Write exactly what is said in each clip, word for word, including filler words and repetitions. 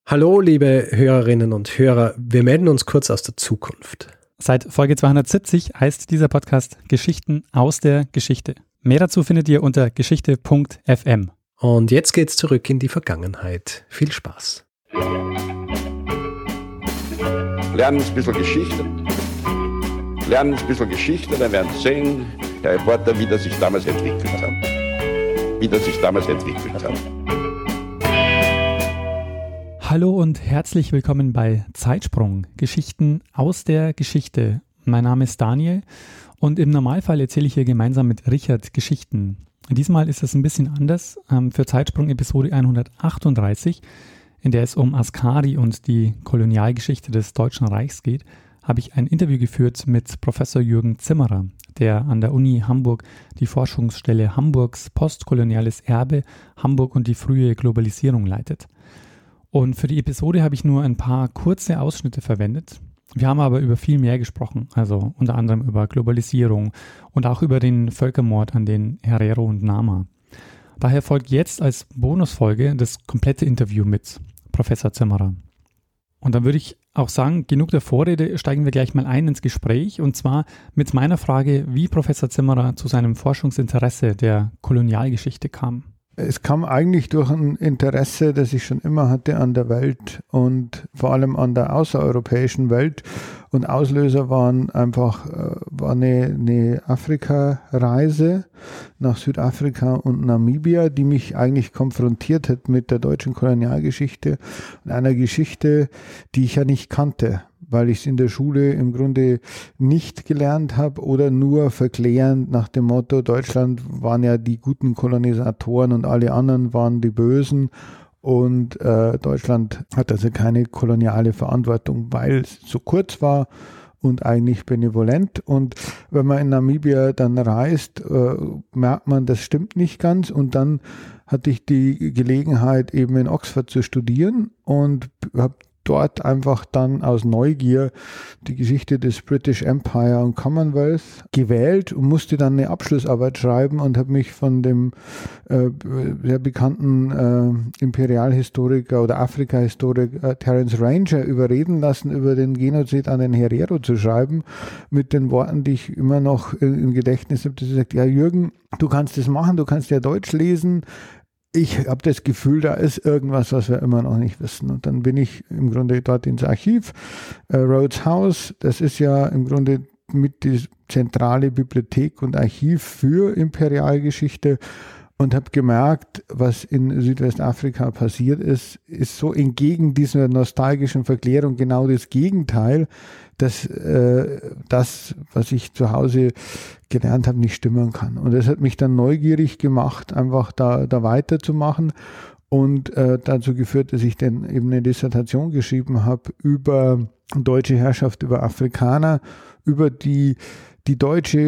Hallo, liebe Hörerinnen und Hörer, wir melden uns kurz aus der Zukunft. Seit Folge zweihundertsiebzig heißt dieser Podcast Geschichten aus der Geschichte. Mehr dazu findet ihr unter geschichte punkt f m. Und jetzt geht's zurück in die Vergangenheit. Viel Spaß. Lernen ein bisschen Geschichte. Lernen ein bisschen Geschichte, dann werden Sie sehen, Herr Reporter, wie das sich damals entwickelt hat. Wie das sich damals entwickelt hat. Hallo und herzlich willkommen bei Zeitsprung, Geschichten aus der Geschichte. Mein Name ist Daniel und im Normalfall erzähle ich hier gemeinsam mit Richard Geschichten. Diesmal ist es ein bisschen anders. Für Zeitsprung Episode hundertachtunddreißig, in der es um Askari und die Kolonialgeschichte des Deutschen Reichs geht, habe ich ein Interview geführt mit Professor Jürgen Zimmerer, der an der Uni Hamburg die Forschungsstelle Hamburgs postkoloniales Erbe, Hamburg und die frühe Globalisierung leitet. Und für die Episode habe ich nur ein paar kurze Ausschnitte verwendet. Wir haben aber über viel mehr gesprochen, also unter anderem über Globalisierung und auch über den Völkermord an den Herero und Nama. Daher folgt jetzt als Bonusfolge das komplette Interview mit Professor Zimmerer. Und dann würde ich auch sagen, genug der Vorrede, steigen wir gleich mal ein ins Gespräch, und zwar mit meiner Frage, wie Professor Zimmerer zu seinem Forschungsinteresse der Kolonialgeschichte kam. Es kam eigentlich durch ein Interesse, das ich schon immer hatte an der Welt und vor allem an der außereuropäischen Welt. Und Auslöser waren einfach war eine, eine Afrika-Reise nach Südafrika und Namibia, die mich eigentlich konfrontiert hat mit der deutschen Kolonialgeschichte und einer Geschichte, die ich ja nicht kannte, weil ich es in der Schule im Grunde nicht gelernt habe oder nur verklärend nach dem Motto, Deutschland waren ja die guten Kolonisatoren und alle anderen waren die Bösen. Und äh, Deutschland hat also keine koloniale Verantwortung, weil es so kurz war und eigentlich benevolent. Und wenn man in Namibia dann reist, äh, merkt man, das stimmt nicht ganz. Und dann hatte ich die Gelegenheit, eben in Oxford zu studieren und habe dort einfach dann aus Neugier die Geschichte des British Empire und Commonwealth gewählt und musste dann eine Abschlussarbeit schreiben und habe mich von dem äh, sehr bekannten äh, Imperialhistoriker oder Afrika-Historiker äh, Terence Ranger überreden lassen, über den Genozid an den Herero zu schreiben, mit den Worten, die ich immer noch äh, im Gedächtnis habe, dass er sagt, ja Jürgen, du kannst das machen, du kannst ja Deutsch lesen. Ich habe das Gefühl, da ist irgendwas, was wir immer noch nicht wissen. Und dann bin ich im Grunde dort ins Archiv, äh, Rhodes House, das ist ja im Grunde mit die zentrale Bibliothek und Archiv für Imperialgeschichte, und habe gemerkt, was in Südwestafrika passiert ist, ist so entgegen dieser nostalgischen Verklärung genau das Gegenteil, dass äh, das, was ich zu Hause gelernt habe, nicht stimmen kann. Und das hat mich dann neugierig gemacht, einfach da, da weiterzumachen, und äh, dazu geführt, dass ich dann eben eine Dissertation geschrieben habe über deutsche Herrschaft über Afrikaner, über die, die deutsche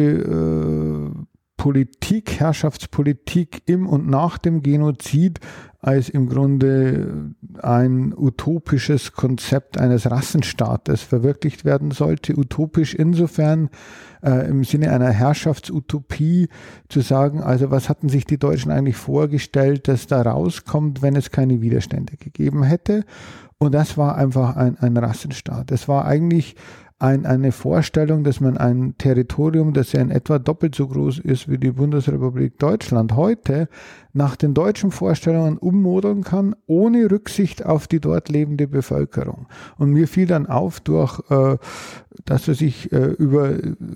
äh, Politik, Herrschaftspolitik im und nach dem Genozid als im Grunde ein utopisches Konzept eines Rassenstaates verwirklicht werden sollte. Utopisch insofern äh, im Sinne einer Herrschaftsutopie zu sagen, also was hatten sich die Deutschen eigentlich vorgestellt, dass da rauskommt, wenn es keine Widerstände gegeben hätte. Und das war einfach ein, ein Rassenstaat. Es war eigentlich Ein, eine Vorstellung, dass man ein Territorium, das ja in etwa doppelt so groß ist wie die Bundesrepublik Deutschland heute, nach den deutschen Vorstellungen ummodeln kann, ohne Rücksicht auf die dort lebende Bevölkerung. Und mir fiel dann auf, durch äh, das, was ich äh, über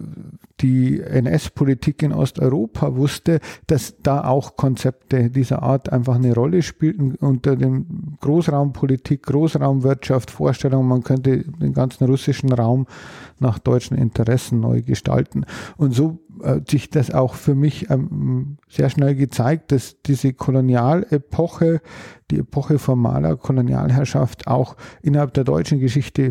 die N S-Politik in Osteuropa wusste, dass da auch Konzepte dieser Art einfach eine Rolle spielten unter dem Großraumpolitik, Großraumwirtschaft, Vorstellung, man könnte den ganzen russischen Raum nach deutschen Interessen neu gestalten. Und so hat sich das auch für mich ähm, sehr schnell gezeigt, dass diese Kolonialepoche, die Epoche formaler Kolonialherrschaft auch innerhalb der deutschen Geschichte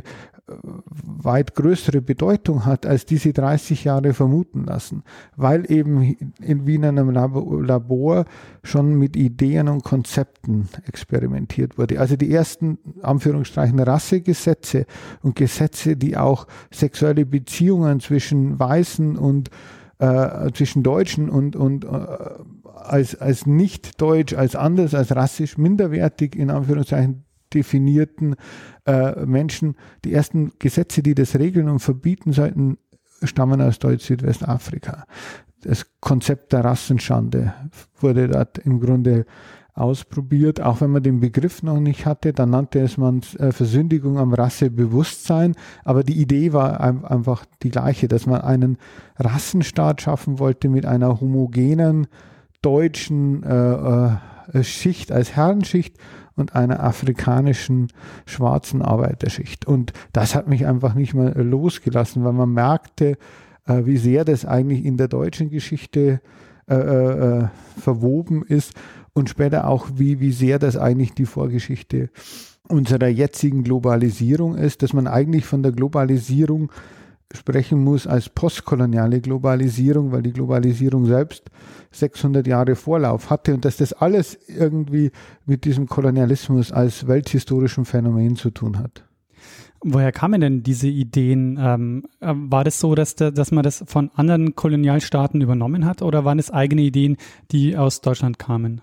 weit größere Bedeutung hat, als diese dreißig Jahre vermuten lassen, weil eben in Wien in einem Labor schon mit Ideen und Konzepten experimentiert wurde. Also die ersten, Anführungsstrichen, Rassegesetze und Gesetze, die auch sexuelle Beziehungen zwischen Weißen und äh, zwischen Deutschen und, und äh, als, als nicht deutsch, als anders, als rassisch minderwertig in Anführungszeichen definierten äh, Menschen. Die ersten Gesetze, die das regeln und verbieten sollten, stammen aus Deutsch-Südwestafrika. Das Konzept der Rassenschande wurde dort im Grunde ausprobiert, auch wenn man den Begriff noch nicht hatte, dann nannte es man äh, Versündigung am Rassebewusstsein, aber die Idee war ein, einfach die gleiche, dass man einen Rassenstaat schaffen wollte mit einer homogenen deutschen äh, äh, Schicht als Herrenschicht und einer afrikanischen schwarzen Arbeiterschicht. Und das hat mich einfach nicht mehr losgelassen, weil man merkte, äh, wie sehr das eigentlich in der deutschen Geschichte äh, äh, verwoben ist. Und später auch, wie, wie sehr das eigentlich die Vorgeschichte unserer jetzigen Globalisierung ist, dass man eigentlich von der Globalisierung sprechen muss als postkoloniale Globalisierung, weil die Globalisierung selbst sechshundert Jahre Vorlauf hatte und dass das alles irgendwie mit diesem Kolonialismus als welthistorischem Phänomen zu tun hat. Woher kamen denn diese Ideen? Ähm, war das so, dass, da, dass man das von anderen Kolonialstaaten übernommen hat oder waren es eigene Ideen, die aus Deutschland kamen?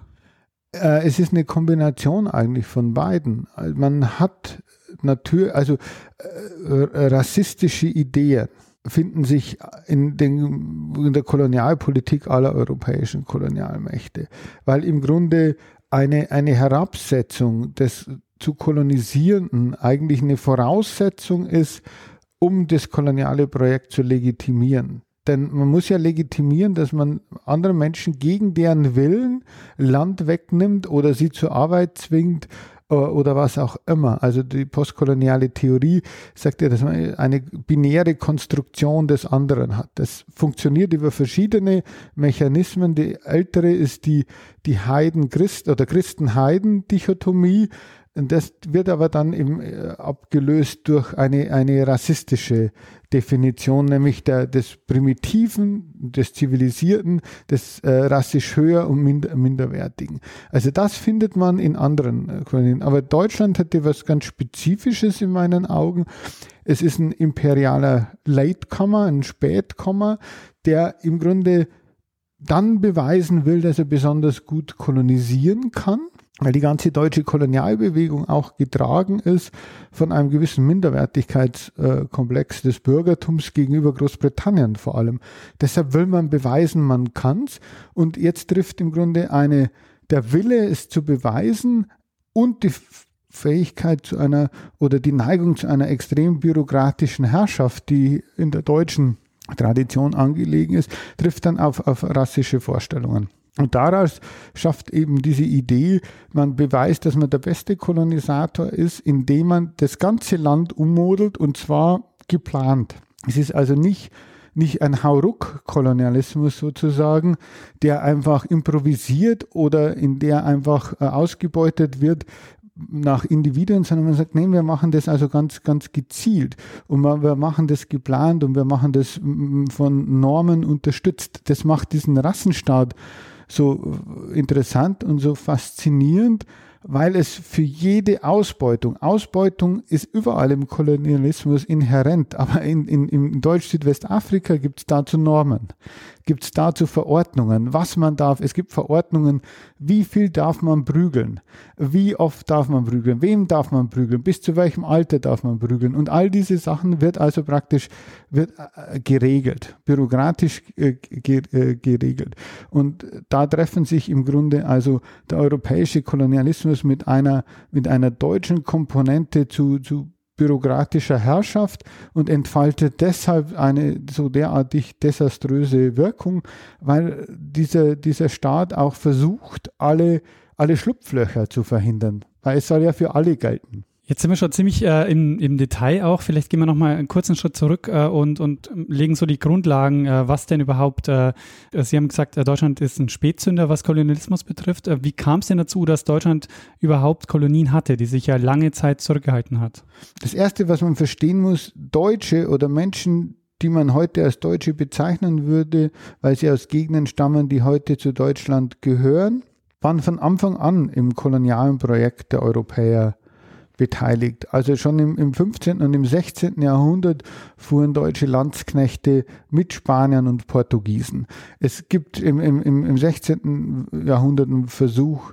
Es ist eine Kombination eigentlich von beiden. Man hat natürlich, also äh, rassistische Ideen finden sich in, den, in der Kolonialpolitik aller europäischen Kolonialmächte, weil im Grunde eine, eine Herabsetzung des zu Kolonisierenden eigentlich eine Voraussetzung ist, um das koloniale Projekt zu legitimieren. Denn man muss ja legitimieren, dass man anderen Menschen gegen deren Willen Land wegnimmt oder sie zur Arbeit zwingt oder was auch immer. Also die postkoloniale Theorie sagt ja, dass man eine binäre Konstruktion des anderen hat. Das funktioniert über verschiedene Mechanismen. Die ältere ist die, die Heiden-Christ- oder Christen-Heiden-Dichotomie. Und das wird aber dann eben abgelöst durch eine, eine rassistische Definition, nämlich der, des Primitiven, des Zivilisierten, des äh, rassisch höher und minder, minderwertigen. Also das findet man in anderen Kolonien. Aber Deutschland hatte was ganz Spezifisches in meinen Augen. Es ist ein imperialer Latecomer, ein Spätcomer, der im Grunde dann beweisen will, dass er besonders gut kolonisieren kann, weil die ganze deutsche Kolonialbewegung auch getragen ist von einem gewissen Minderwertigkeitskomplex des Bürgertums gegenüber Großbritannien vor allem. Deshalb will man beweisen, man kann's. Und jetzt trifft im Grunde eine, der Wille, es zu beweisen und die Fähigkeit zu einer oder die Neigung zu einer extrem bürokratischen Herrschaft, die in der deutschen Tradition angelegen ist, trifft dann auf, auf rassische Vorstellungen. Und daraus schafft eben diese Idee, man beweist, dass man der beste Kolonisator ist, indem man das ganze Land ummodelt und zwar geplant. Es ist also nicht, nicht ein Hauruck-Kolonialismus sozusagen, der einfach improvisiert oder in der einfach äh, ausgebeutet wird nach Individuen, sondern man sagt, nein, wir machen das also ganz, ganz gezielt und wir, wir machen das geplant und wir machen das von Normen unterstützt. Das macht diesen Rassenstaat so interessant und so faszinierend, weil es für jede Ausbeutung, Ausbeutung ist überall im Kolonialismus inhärent, aber in, in, in Deutsch-Südwestafrika gibt es dazu Normen, gibt es dazu Verordnungen, was man darf. Es gibt Verordnungen, wie viel darf man prügeln, wie oft darf man prügeln, wem darf man prügeln, bis zu welchem Alter darf man prügeln. Und all diese Sachen wird also praktisch wird, äh, geregelt, bürokratisch äh, ge, äh, geregelt. Und da treffen sich im Grunde also der europäische Kolonialismus mit einer, mit einer deutschen Komponente zu, zu bürokratischer Herrschaft und entfaltet deshalb eine so derartig desaströse Wirkung, weil dieser, dieser Staat auch versucht, alle, alle Schlupflöcher zu verhindern, weil es soll ja für alle gelten. Jetzt sind wir schon ziemlich äh, im, im Detail auch. Vielleicht gehen wir nochmal einen kurzen Schritt zurück äh, und, und legen so die Grundlagen, äh, was denn überhaupt, äh, Sie haben gesagt, äh, Deutschland ist ein Spätzünder, was Kolonialismus betrifft. Äh, wie kam es denn dazu, dass Deutschland überhaupt Kolonien hatte, die sich ja lange Zeit zurückgehalten hat? Das Erste, was man verstehen muss, Deutsche oder Menschen, die man heute als Deutsche bezeichnen würde, weil sie aus Gegenden stammen, die heute zu Deutschland gehören, waren von Anfang an im kolonialen Projekt der Europäer beteiligt. Also schon im, im fünfzehnten und im sechzehnten Jahrhundert fuhren deutsche Landsknechte mit Spaniern und Portugiesen. Es gibt im, im, im sechzehnten Jahrhundert einen Versuch,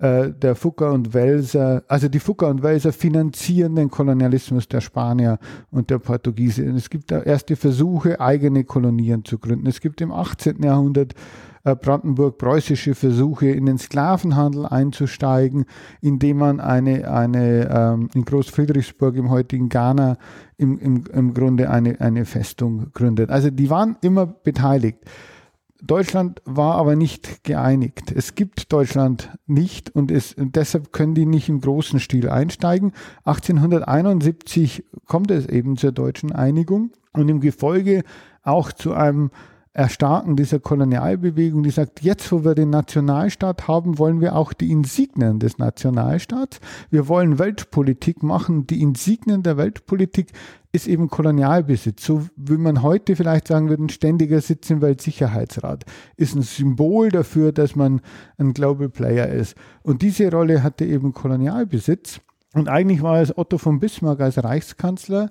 äh, der Fuka und Welser, also die Fuka und Welser finanzieren den Kolonialismus der Spanier und der Portugiesen. Es gibt da erste Versuche, eigene Kolonien zu gründen. Es gibt im achtzehnten Jahrhundert Brandenburg-preußische Versuche, in den Sklavenhandel einzusteigen, indem man eine, eine ähm, in Großfriedrichsburg im heutigen Ghana im, im, im Grunde eine, eine Festung gründet. Also die waren immer beteiligt. Deutschland war aber nicht geeinigt. Es gibt Deutschland nicht und, es, und deshalb können die nicht im großen Stil einsteigen. achtzehnhunderteinundsiebzig kommt es eben zur deutschen Einigung und im Gefolge auch zu einem Erstarken dieser Kolonialbewegung, die sagt, jetzt wo wir den Nationalstaat haben, wollen wir auch die Insignien des Nationalstaats. Wir wollen Weltpolitik machen. Die Insignien der Weltpolitik ist eben Kolonialbesitz. So wie man heute vielleicht sagen würde, ein ständiger Sitz im Weltsicherheitsrat ist ein Symbol dafür, dass man ein Global Player ist. Und diese Rolle hatte eben Kolonialbesitz. Und eigentlich war es Otto von Bismarck als Reichskanzler,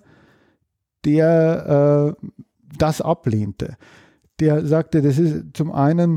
der äh, das ablehnte. Der sagte, das ist zum einen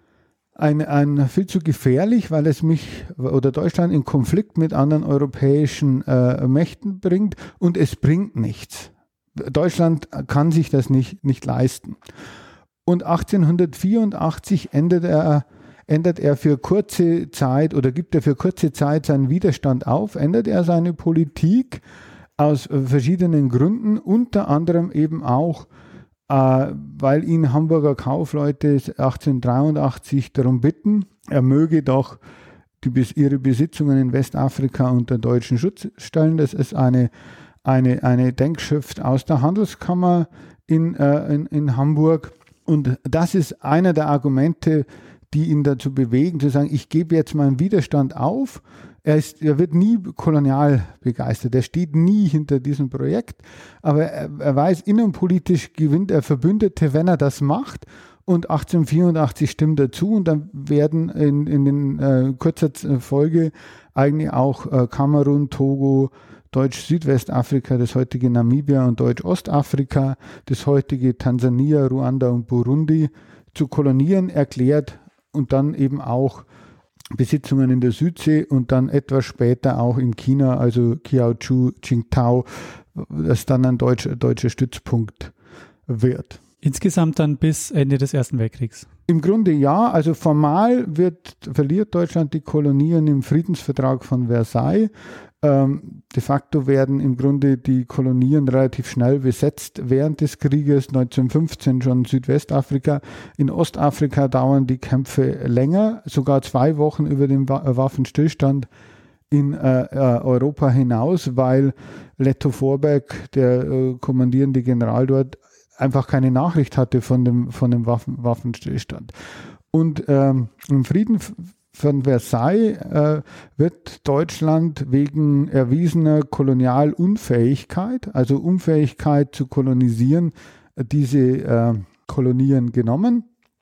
ein, ein viel zu gefährlich, weil es mich oder Deutschland in Konflikt mit anderen europäischen äh, Mächten bringt und es bringt nichts. Deutschland kann sich das nicht, nicht leisten. Und achtzehnhundertvierundachtzig ändert er, ändert er für kurze Zeit oder gibt er für kurze Zeit seinen Widerstand auf, ändert er seine Politik aus verschiedenen Gründen, unter anderem eben auch Uh, weil ihn Hamburger Kaufleute achtzehnhundertdreiundachtzig darum bitten, er möge doch die, ihre Besitzungen in Westafrika unter deutschen Schutz stellen. Das ist eine, eine, eine Denkschrift aus der Handelskammer in, uh, in, in Hamburg. Und das ist einer der Argumente, die ihn dazu bewegen, zu sagen, ich gebe jetzt meinen Widerstand auf. Er, ist, er wird nie kolonial begeistert, er steht nie hinter diesem Projekt, aber er, er weiß, innenpolitisch gewinnt er Verbündete, wenn er das macht, und achtzehnhundertvierundachtzig stimmt dazu und dann werden in, in den, äh, kurzer Folge eigentlich auch äh, Kamerun, Togo, Deutsch-Südwestafrika, das heutige Namibia und Deutsch-Ostafrika, das heutige Tansania, Ruanda und Burundi zu Kolonien erklärt und dann eben auch Besitzungen in der Südsee und dann etwas später auch in China, also Kiaochu, Qingdao, das dann ein deutsch, deutscher Stützpunkt wird. Insgesamt dann bis Ende des Ersten Weltkriegs? Im Grunde ja, also formal wird, verliert Deutschland die Kolonien im Friedensvertrag von Versailles. Ähm, de facto werden im Grunde die Kolonien relativ schnell besetzt während des Krieges, neunzehnhundertfünfzehn schon Südwestafrika. In Ostafrika dauern die Kämpfe länger, sogar zwei Wochen über den Wa- Waffenstillstand in äh, äh, Europa hinaus, weil Letto Vorberg, der äh, kommandierende General dort, einfach keine Nachricht hatte von dem, von dem Waffen, Waffenstillstand. Und ähm, im Frieden von Versailles äh, wird Deutschland wegen erwiesener Kolonialunfähigkeit, also Unfähigkeit zu kolonisieren, diese äh, Kolonien genommen,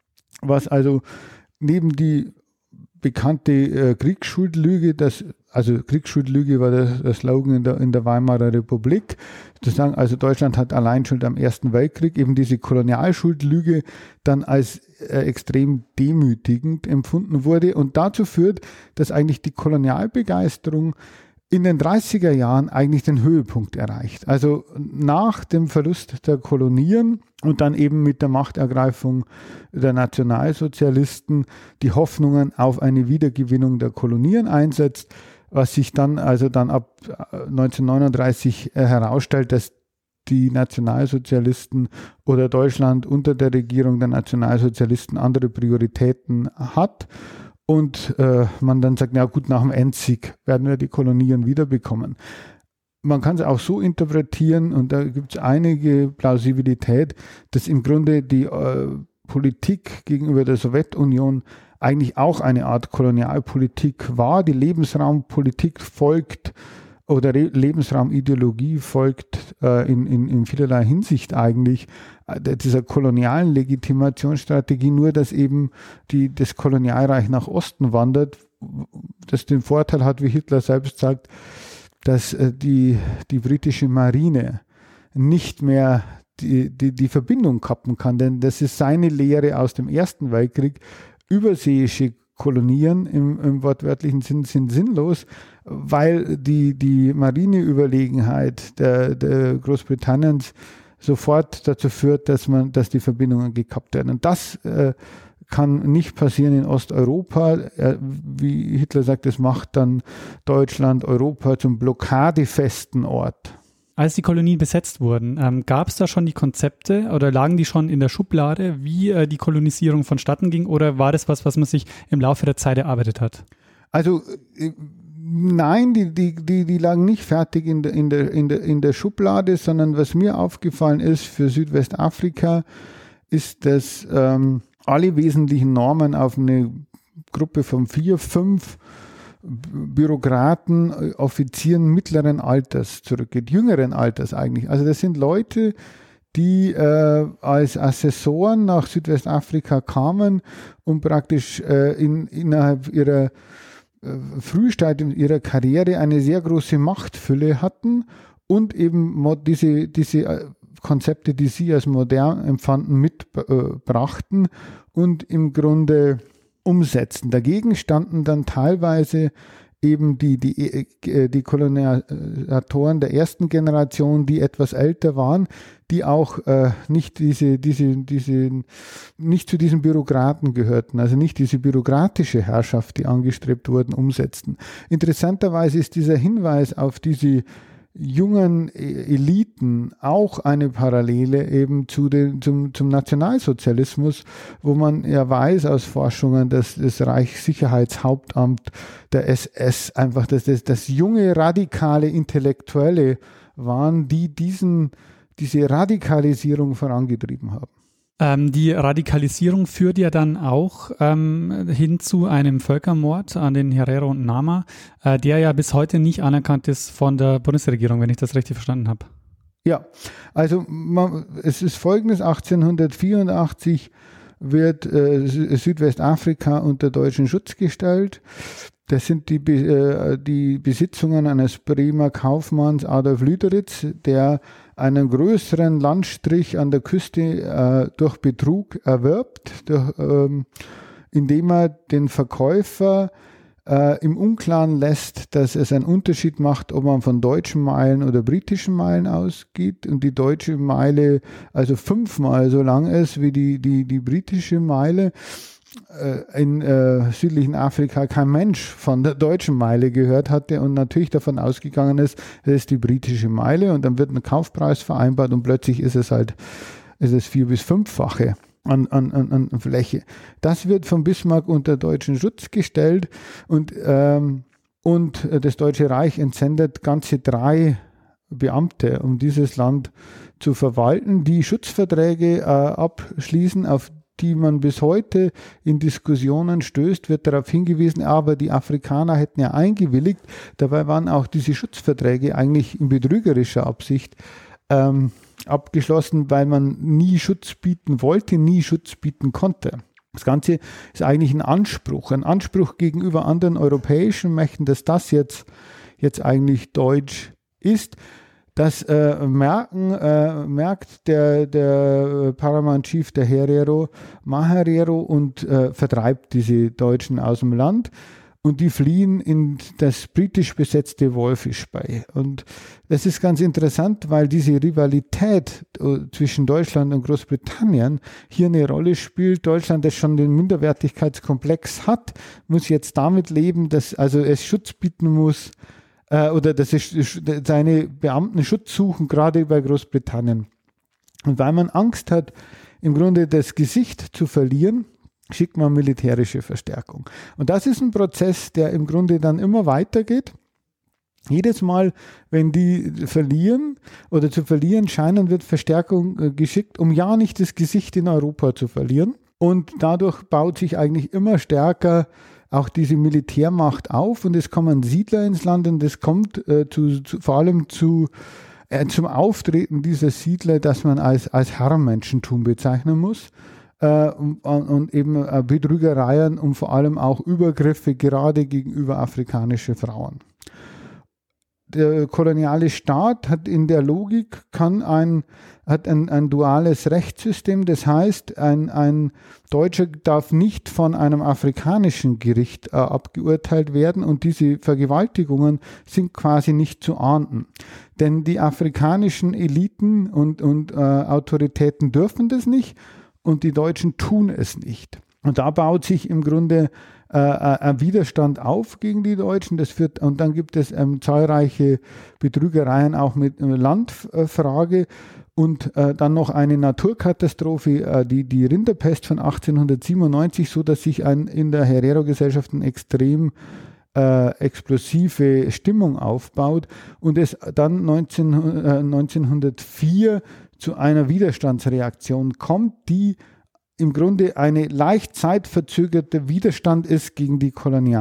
was also neben die bekannte äh, Kriegsschuldlüge, das, also Kriegsschuldlüge war der, der Slogan in der, in der Weimarer Republik, zu sagen, also Deutschland hat Alleinschuld am Ersten Weltkrieg, eben diese Kolonialschuldlüge dann als äh, extrem demütigend empfunden wurde und dazu führt, dass eigentlich die Kolonialbegeisterung in den dreißiger Jahren eigentlich den Höhepunkt erreicht. Also nach dem Verlust der Kolonien und dann eben mit der Machtergreifung der Nationalsozialisten die Hoffnungen auf eine Wiedergewinnung der Kolonien einsetzt, was sich dann also dann ab neunzehnhundertneununddreißig herausstellt, dass die Nationalsozialisten oder Deutschland unter der Regierung der Nationalsozialisten andere Prioritäten hat. Und äh, man dann sagt, na gut, nach dem Endsieg werden wir die Kolonien wiederbekommen. Man kann es auch so interpretieren, und da gibt es einige Plausibilität, dass im Grunde die äh, Politik gegenüber der Sowjetunion eigentlich auch eine Art Kolonialpolitik war. Die Lebensraumpolitik folgt oder Re- Lebensraumideologie folgt äh, in, in, in vielerlei Hinsicht eigentlich äh, dieser kolonialen Legitimationsstrategie, nur dass eben die, das Kolonialreich nach Osten wandert, das den Vorteil hat, wie Hitler selbst sagt, dass äh, die, die britische Marine nicht mehr die, die, die Verbindung kappen kann, denn das ist seine Lehre aus dem Ersten Weltkrieg. Überseeische Kolonien im, im wortwörtlichen Sinn sind sinnlos, weil die, die Marineüberlegenheit der, der Großbritanniens sofort dazu führt, dass man, dass die Verbindungen gekappt werden. Und das äh, kann nicht passieren in Osteuropa. Äh, wie Hitler sagt, es macht dann Deutschland, Europa zum blockadefesten Ort. Als die Kolonien besetzt wurden, ähm, gab es da schon die Konzepte oder lagen die schon in der Schublade, wie äh, die Kolonisierung vonstatten ging, oder war das was, was man sich im Laufe der Zeit erarbeitet hat? Also äh, nein, die, die, die, die lagen nicht fertig in der, in, der, in, der, in der Schublade, sondern was mir aufgefallen ist für Südwestafrika, ist, dass ähm, alle wesentlichen Normen auf eine Gruppe von vier, fünf Bürokraten, Offizieren mittleren Alters zurückgeht, jüngeren Alters eigentlich. Also das sind Leute, die äh, als Assessoren nach Südwestafrika kamen und praktisch äh, in, innerhalb ihrer äh, Frühstadium ihrer Karriere eine sehr große Machtfülle hatten und eben diese, diese Konzepte, die sie als modern empfanden, mitbrachten äh, und im Grunde umsetzen. Dagegen standen dann teilweise eben die, die, die Koloniatoren der ersten Generation, die etwas älter waren, die auch äh, nicht diese, diese, diese, nicht zu diesen Bürokraten gehörten, also nicht diese bürokratische Herrschaft, die angestrebt wurden, umsetzten. Interessanterweise ist dieser Hinweis auf diese jungen Eliten auch eine Parallele eben zu den, zum, zum Nationalsozialismus, wo man ja weiß aus Forschungen, dass das Reichssicherheitshauptamt der S S einfach, dass das, das junge, radikale Intellektuelle waren, die diesen, diese Radikalisierung vorangetrieben haben. Ähm, die Radikalisierung führt ja dann auch ähm, hin zu einem Völkermord an den Herero und Nama, äh, der ja bis heute nicht anerkannt ist von der Bundesregierung, wenn ich das richtig verstanden habe. Ja, also man, es ist folgendes: achtzehnhundertvierundachtzig wird äh, Südwestafrika unter deutschen Schutz gestellt. Das sind die, äh, die Besitzungen eines Bremer Kaufmanns Adolf Lüderitz, der einen größeren Landstrich an der Küste äh, durch Betrug erwirbt, durch, ähm, indem er den Verkäufer äh, im Unklaren lässt, dass es einen Unterschied macht, ob man von deutschen Meilen oder britischen Meilen ausgeht, und die deutsche Meile also fünfmal so lang ist wie die, die, die britische Meile. In äh, südlichen Afrika kein Mensch von der deutschen Meile gehört hatte und natürlich davon ausgegangen ist, das ist die britische Meile, und dann wird ein Kaufpreis vereinbart und plötzlich ist es halt ist es vier- bis fünffache an, an, an, an Fläche. Das wird von Bismarck unter deutschen Schutz gestellt, und, ähm, und das Deutsche Reich entsendet ganze drei Beamte, um dieses Land zu verwalten, die Schutzverträge äh, abschließen, auf die man bis heute in Diskussionen stößt, wird darauf hingewiesen, aber die Afrikaner hätten ja eingewilligt. Dabei waren auch diese Schutzverträge eigentlich in betrügerischer Absicht ähm, abgeschlossen, weil man nie Schutz bieten wollte, nie Schutz bieten konnte. Das Ganze ist eigentlich ein Anspruch, ein Anspruch gegenüber anderen europäischen Mächten, dass das jetzt, jetzt eigentlich deutsch ist. Das äh, merken, äh, merkt der, der Paramount Chief, der Herero, Maherero, und äh, vertreibt diese Deutschen aus dem Land, und die fliehen in das britisch besetzte Walfish Bay. Und das ist ganz interessant, weil diese Rivalität äh, zwischen Deutschland und Großbritannien hier eine Rolle spielt. Deutschland, das schon den Minderwertigkeitskomplex hat, muss jetzt damit leben, dass also es Schutz bieten muss, oder dass es seine Beamten Schutz suchen, gerade bei Großbritannien. Und weil man Angst hat, im Grunde das Gesicht zu verlieren, schickt man militärische Verstärkung. Und das ist ein Prozess, der im Grunde dann immer weitergeht. Jedes Mal, wenn die verlieren oder zu verlieren scheinen, wird Verstärkung geschickt, um ja nicht das Gesicht in Europa zu verlieren. Und dadurch baut sich eigentlich immer stärker auch diese Militärmacht auf, und es kommen Siedler ins Land, und es kommt äh, zu, zu, vor allem zu, äh, zum Auftreten dieser Siedler, das man als, als Herrenmenschentum bezeichnen muss, äh, und, und eben äh, Betrügereien und vor allem auch Übergriffe gerade gegenüber afrikanischen Frauen. der koloniale Staat hat in der Logik, kann ein, hat ein, ein duales Rechtssystem, das heißt, ein, ein Deutscher darf nicht von einem afrikanischen Gericht äh, abgeurteilt werden und diese Vergewaltigungen sind quasi nicht zu ahnden. Denn die afrikanischen Eliten und, und äh, Autoritäten dürfen das nicht und die Deutschen tun es nicht. Und da baut sich im Grunde äh, ein Widerstand auf gegen die Deutschen. Das führt, und dann gibt es ähm, zahlreiche Betrügereien auch mit äh, Landfrage und äh, dann noch eine Naturkatastrophe, äh, die, die Rinderpest von achtzehnhundertsiebenundneunzig, so dass sich ein, in der Herero-Gesellschaft ein extrem äh, explosive Stimmung aufbaut und es dann neunzehn, äh, neunzehnhundertvier zu einer Widerstandsreaktion kommt, die im Grunde eine leicht zeitverzögerte Widerstand ist gegen die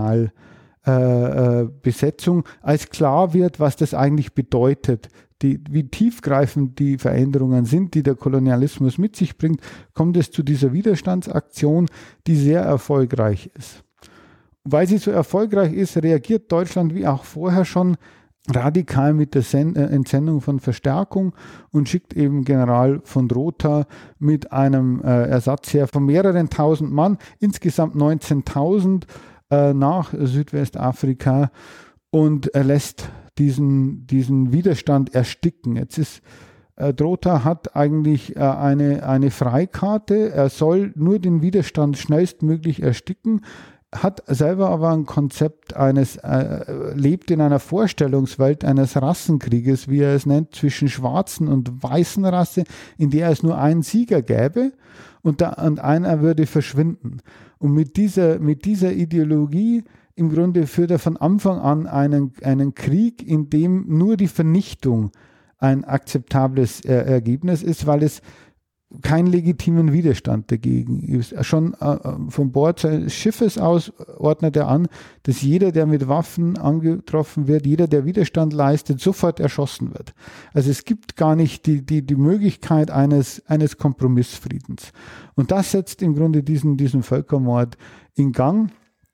Kolonialbesetzung, äh, als klar wird, was das eigentlich bedeutet, die, wie tiefgreifend die Veränderungen sind, die der Kolonialismus mit sich bringt, kommt es zu dieser Widerstandsaktion, die sehr erfolgreich ist. Weil sie so erfolgreich ist, reagiert Deutschland wie auch vorher schon radikal mit der Sen- äh, Entsendung von Verstärkung und schickt eben General von Rotha mit einem äh, Ersatzheer von mehreren tausend Mann, insgesamt neunzehntausend äh, nach Südwestafrika und er lässt diesen, diesen Widerstand ersticken. Jetzt ist äh, Rotha hat eigentlich äh, eine, eine Freikarte, er soll nur den Widerstand schnellstmöglich ersticken, hat selber aber ein Konzept eines, äh, lebt in einer Vorstellungswelt eines Rassenkrieges, wie er es nennt, zwischen schwarzen und weißen Rasse, in der es nur einen Sieger gäbe und, da, und einer würde verschwinden. Und mit dieser, mit dieser Ideologie im Grunde führt er von Anfang an einen, einen Krieg, in dem nur die Vernichtung ein akzeptables äh, Ergebnis ist, weil es keinen legitimen Widerstand dagegen ist. Schon äh, von Bord seines Schiffes aus ordnet er an, dass jeder, der mit Waffen angetroffen wird, jeder, der Widerstand leistet, sofort erschossen wird. Also es gibt gar nicht die, die, die Möglichkeit eines, eines Kompromissfriedens. Und das setzt im Grunde diesen, diesen Völkermord in Gang.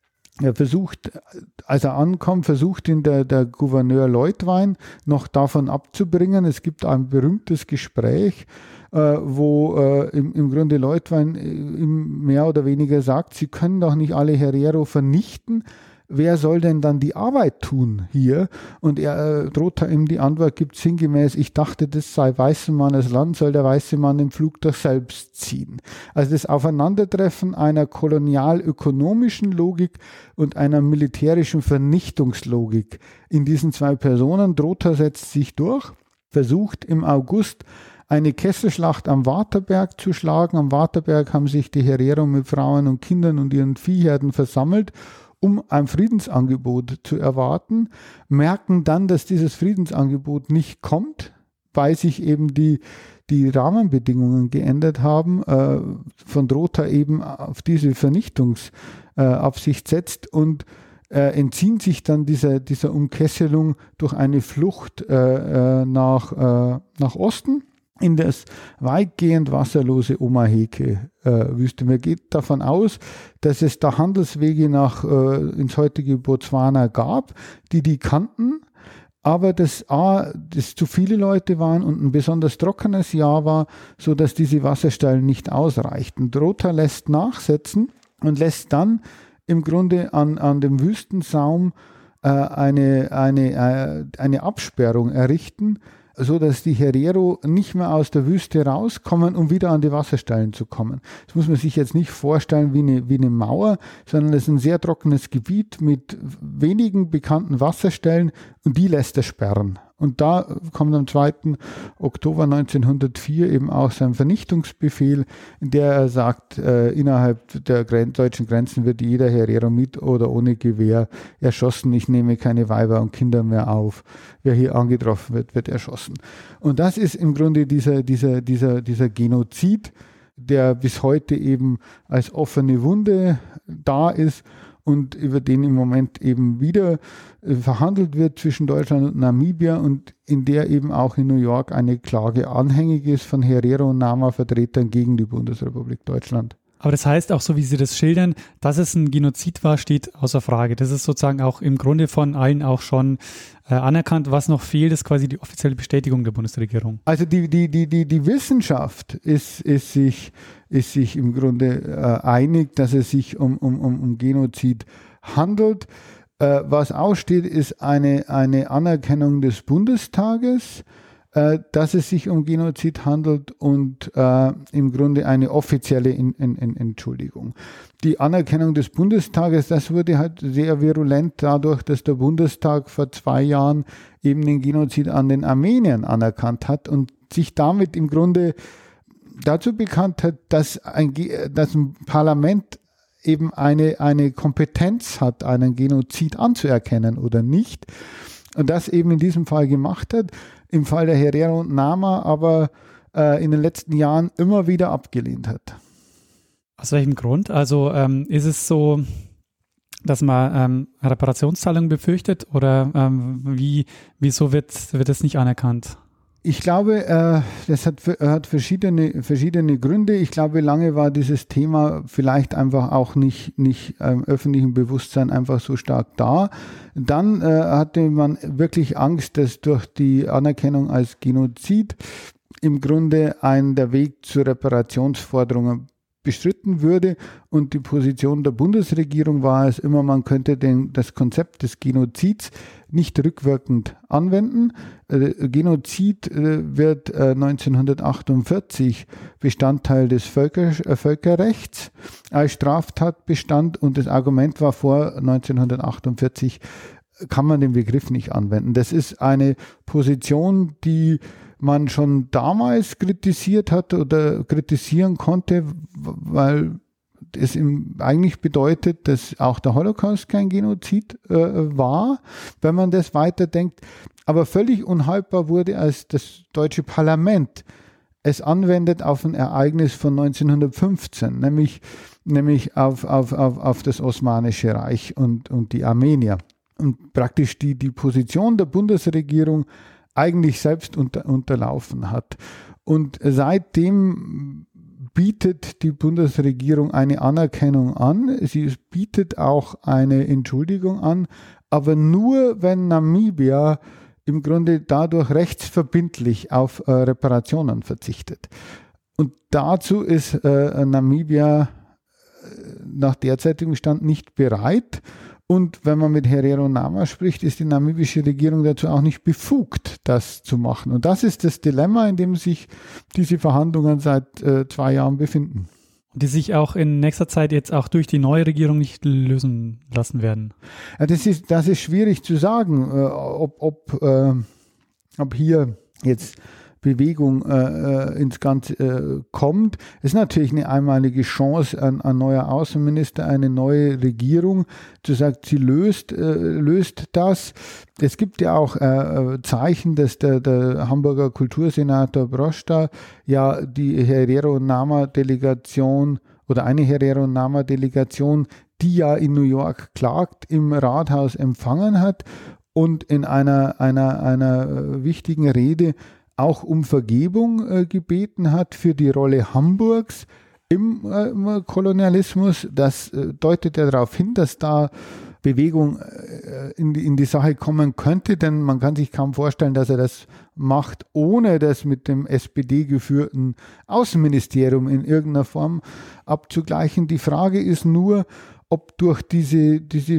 Er versucht, als er ankommt, versucht ihn der, der Gouverneur Leutwein noch davon abzubringen. Es gibt ein berühmtes Gespräch, äh, wo äh, im, im Grunde Leutwein ihm mehr oder weniger sagt, sie können doch nicht alle Herero vernichten. Wer soll denn dann die Arbeit tun hier? Und er äh, droht ihm die Antwort, gibt sinngemäß, ich dachte, das sei weißem Mannes Land, soll der weiße Mann den Flug doch selbst ziehen. Also das Aufeinandertreffen einer kolonial-ökonomischen Logik und einer militärischen Vernichtungslogik in diesen zwei Personen. Rotha setzt sich durch, versucht im August eine Kesselschlacht am Waterberg zu schlagen. Am Waterberg haben sich die Herero mit Frauen und Kindern und ihren Viehherden versammelt, um ein Friedensangebot zu erwarten, merken dann, dass dieses Friedensangebot nicht kommt, weil sich eben die, die Rahmenbedingungen geändert haben, äh, von Rotha eben auf diese Vernichtungsabsicht äh, setzt und äh, entziehen sich dann dieser, dieser Umkesselung durch eine Flucht äh, nach, äh, nach Osten in das weitgehend wasserlose Omaheke-Wüste. Man geht davon aus, dass es da Handelswege nach äh, ins heutige Botswana gab, die die kannten, aber dass A, das zu viele Leute waren und ein besonders trockenes Jahr war, sodass diese Wasserstellen nicht ausreichten. Rotha lässt nachsetzen und lässt dann im Grunde an, an dem Wüstensaum äh, eine, eine, äh, eine Absperrung errichten, so dass die Herero nicht mehr aus der Wüste rauskommen, um wieder an die Wasserstellen zu kommen. Das muss man sich jetzt nicht vorstellen wie eine, wie eine Mauer, sondern es ist ein sehr trockenes Gebiet mit wenigen bekannten Wasserstellen und die lässt er sperren. Und da kommt am zweiten Oktober neunzehnhundertvier eben auch sein Vernichtungsbefehl, in der er sagt, äh, innerhalb der Gren- deutschen Grenzen wird jeder Herero mit oder ohne Gewehr erschossen. Ich nehme keine Weiber und Kinder mehr auf. Wer hier angetroffen wird, wird erschossen. Und das ist im Grunde dieser, dieser, dieser, dieser Genozid, der bis heute eben als offene Wunde da ist und über den im Moment eben wieder äh, verhandelt wird zwischen Deutschland und Namibia und in der eben auch in New York eine Klage anhängig ist von Herero und Nama-Vertretern gegen die Bundesrepublik Deutschland. Aber das heißt auch, so wie Sie das schildern, dass es ein Genozid war, steht außer Frage. Das ist sozusagen auch im Grunde von allen auch schon äh, anerkannt. Was noch fehlt, ist quasi die offizielle Bestätigung der Bundesregierung. Also die, die, die, die, die Wissenschaft ist, ist, sich, ist sich im Grunde äh, einig, dass es sich um, um, um, um Genozid handelt. Äh, was aussteht, ist eine, eine Anerkennung des Bundestages, äh, dass es sich um Genozid handelt und äh, im Grunde eine offizielle in, in, in Entschuldigung. Die Anerkennung des Bundestages, das wurde halt sehr virulent dadurch, dass der Bundestag vor zwei Jahren eben den Genozid an den Armeniern anerkannt hat und sich damit im Grunde dazu bekannt hat, dass ein, dass ein Parlament eben eine, eine Kompetenz hat, einen Genozid anzuerkennen oder nicht. Und das eben in diesem Fall gemacht hat, im Fall der Herero und Nama aber äh, in den letzten Jahren immer wieder abgelehnt hat. Aus welchem Grund? Also ähm, ist es so, dass man ähm, Reparationszahlungen befürchtet oder ähm, wie, wieso wird, wird das nicht anerkannt? Ich glaube, äh, das hat, hat verschiedene, verschiedene Gründe. Ich glaube, lange war dieses Thema vielleicht einfach auch nicht, nicht im öffentlichen Bewusstsein einfach so stark da. Dann äh, hatte man wirklich Angst, dass durch die Anerkennung als Genozid im Grunde ein der Weg zu Reparationsforderungen bestritten würde und die Position der Bundesregierung war es immer, man könnte den, das Konzept des Genozids nicht rückwirkend anwenden. Äh, Genozid äh, wird äh, neunzehnhundertachtundvierzig Bestandteil des Völker, äh, Völkerrechts als Straftatbestand und das Argument war vor neunzehnhundertachtundvierzig, kann man den Begriff nicht anwenden. Das ist eine Position, die man schon damals kritisiert hat oder kritisieren konnte, weil es im, eigentlich bedeutet, dass auch der Holocaust kein Genozid äh, war, wenn man das weiterdenkt. Aber völlig unhaltbar wurde, als das deutsche Parlament es anwendet auf ein Ereignis von neunzehnhundertfünfzehn, nämlich, nämlich auf, auf, auf, auf das Osmanische Reich und, und die Armenier. Und praktisch die, die Position der Bundesregierung eigentlich selbst unter, unterlaufen hat. Und seitdem bietet die Bundesregierung eine Anerkennung an. Sie bietet auch eine Entschuldigung an, aber nur, wenn Namibia im Grunde dadurch rechtsverbindlich auf äh, Reparationen verzichtet. Und dazu ist äh, Namibia nach derzeitigem Stand nicht bereit. Und wenn man mit Herero Nama spricht, ist die namibische Regierung dazu auch nicht befugt, das zu machen. Und das ist das Dilemma, in dem sich diese Verhandlungen seit äh, zwei Jahren befinden. Und die sich auch in nächster Zeit jetzt auch durch die neue Regierung nicht lösen lassen werden. Ja, das ist, das ist schwierig zu sagen, äh, ob, ob, äh, ob hier jetzt Bewegung äh, ins Ganze äh, kommt. Es ist natürlich eine einmalige Chance, ein, ein neuer Außenminister, eine neue Regierung, zu sagen, sie löst, äh, löst das. Es gibt ja auch äh, Zeichen, dass der, der Hamburger Kultursenator Broster ja die Herero-Nama-Delegation oder eine Herero-Nama-Delegation, die ja in New York klagt, im Rathaus empfangen hat und in einer, einer, einer wichtigen Rede auch um Vergebung äh, gebeten hat für die Rolle Hamburgs im, äh, im Kolonialismus. Das äh, deutet ja darauf hin, dass da Bewegung äh, in, die, in die Sache kommen könnte, denn man kann sich kaum vorstellen, dass er das macht, ohne das mit dem S P D geführten Außenministerium in irgendeiner Form abzugleichen. Die Frage ist nur, ob durch diese, diese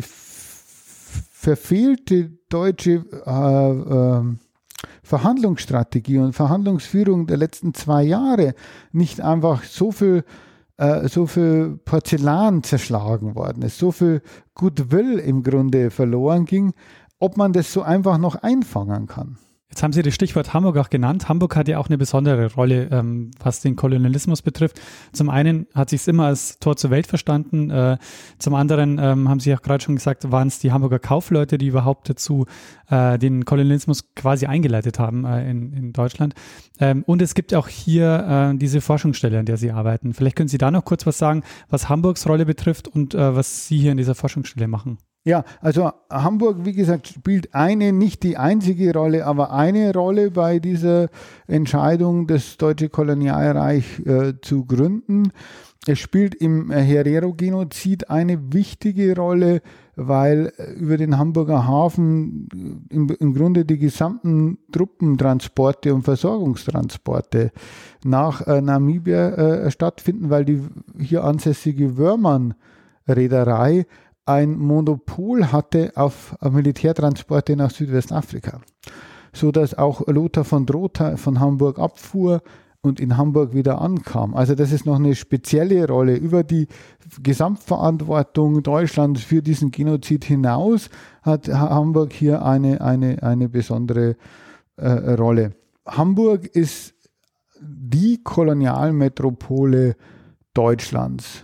f- verfehlte deutsche äh, äh, Verhandlungsstrategie und Verhandlungsführung der letzten zwei Jahre nicht einfach so viel, äh, so viel Porzellan zerschlagen worden ist, so viel Goodwill im Grunde verloren ging, ob man das so einfach noch einfangen kann. Jetzt haben Sie das Stichwort Hamburg auch genannt. Hamburg hat ja auch eine besondere Rolle, ähm, was den Kolonialismus betrifft. Zum einen hat sich es immer als Tor zur Welt verstanden. Äh, zum anderen ähm, haben Sie auch gerade schon gesagt, waren es die Hamburger Kaufleute, die überhaupt dazu äh, den Kolonialismus quasi eingeleitet haben äh, in, in Deutschland. Ähm, und es gibt auch hier äh, diese Forschungsstelle, an der Sie arbeiten. Vielleicht können Sie da noch kurz was sagen, was Hamburgs Rolle betrifft und äh, was Sie hier in dieser Forschungsstelle machen. Ja, also Hamburg, wie gesagt, spielt eine, nicht die einzige Rolle, aber eine Rolle bei dieser Entscheidung, das Deutsche Kolonialreich äh, zu gründen. Es spielt im Herero-Genozid eine wichtige Rolle, weil über den Hamburger Hafen im, im Grunde die gesamten Truppentransporte und Versorgungstransporte nach äh, Namibia äh, stattfinden, weil die hier ansässige Wörmann-Reederei ein Monopol hatte auf Militärtransporte nach Südwestafrika, so dass auch Lothar von Drotha von Hamburg abfuhr und in Hamburg wieder ankam. Also das ist noch eine spezielle Rolle über die Gesamtverantwortung Deutschlands für diesen Genozid hinaus hat Hamburg hier eine, eine, eine besondere äh, Rolle. Hamburg ist die Kolonialmetropole Deutschlands.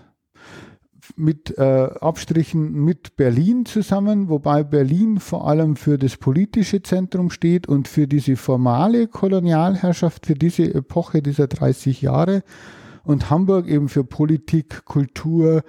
Mit äh, Abstrichen mit Berlin zusammen, wobei Berlin vor allem für das politische Zentrum steht und für diese formale Kolonialherrschaft, für diese Epoche dieser dreißig Jahre und Hamburg eben für Politik, Kultur,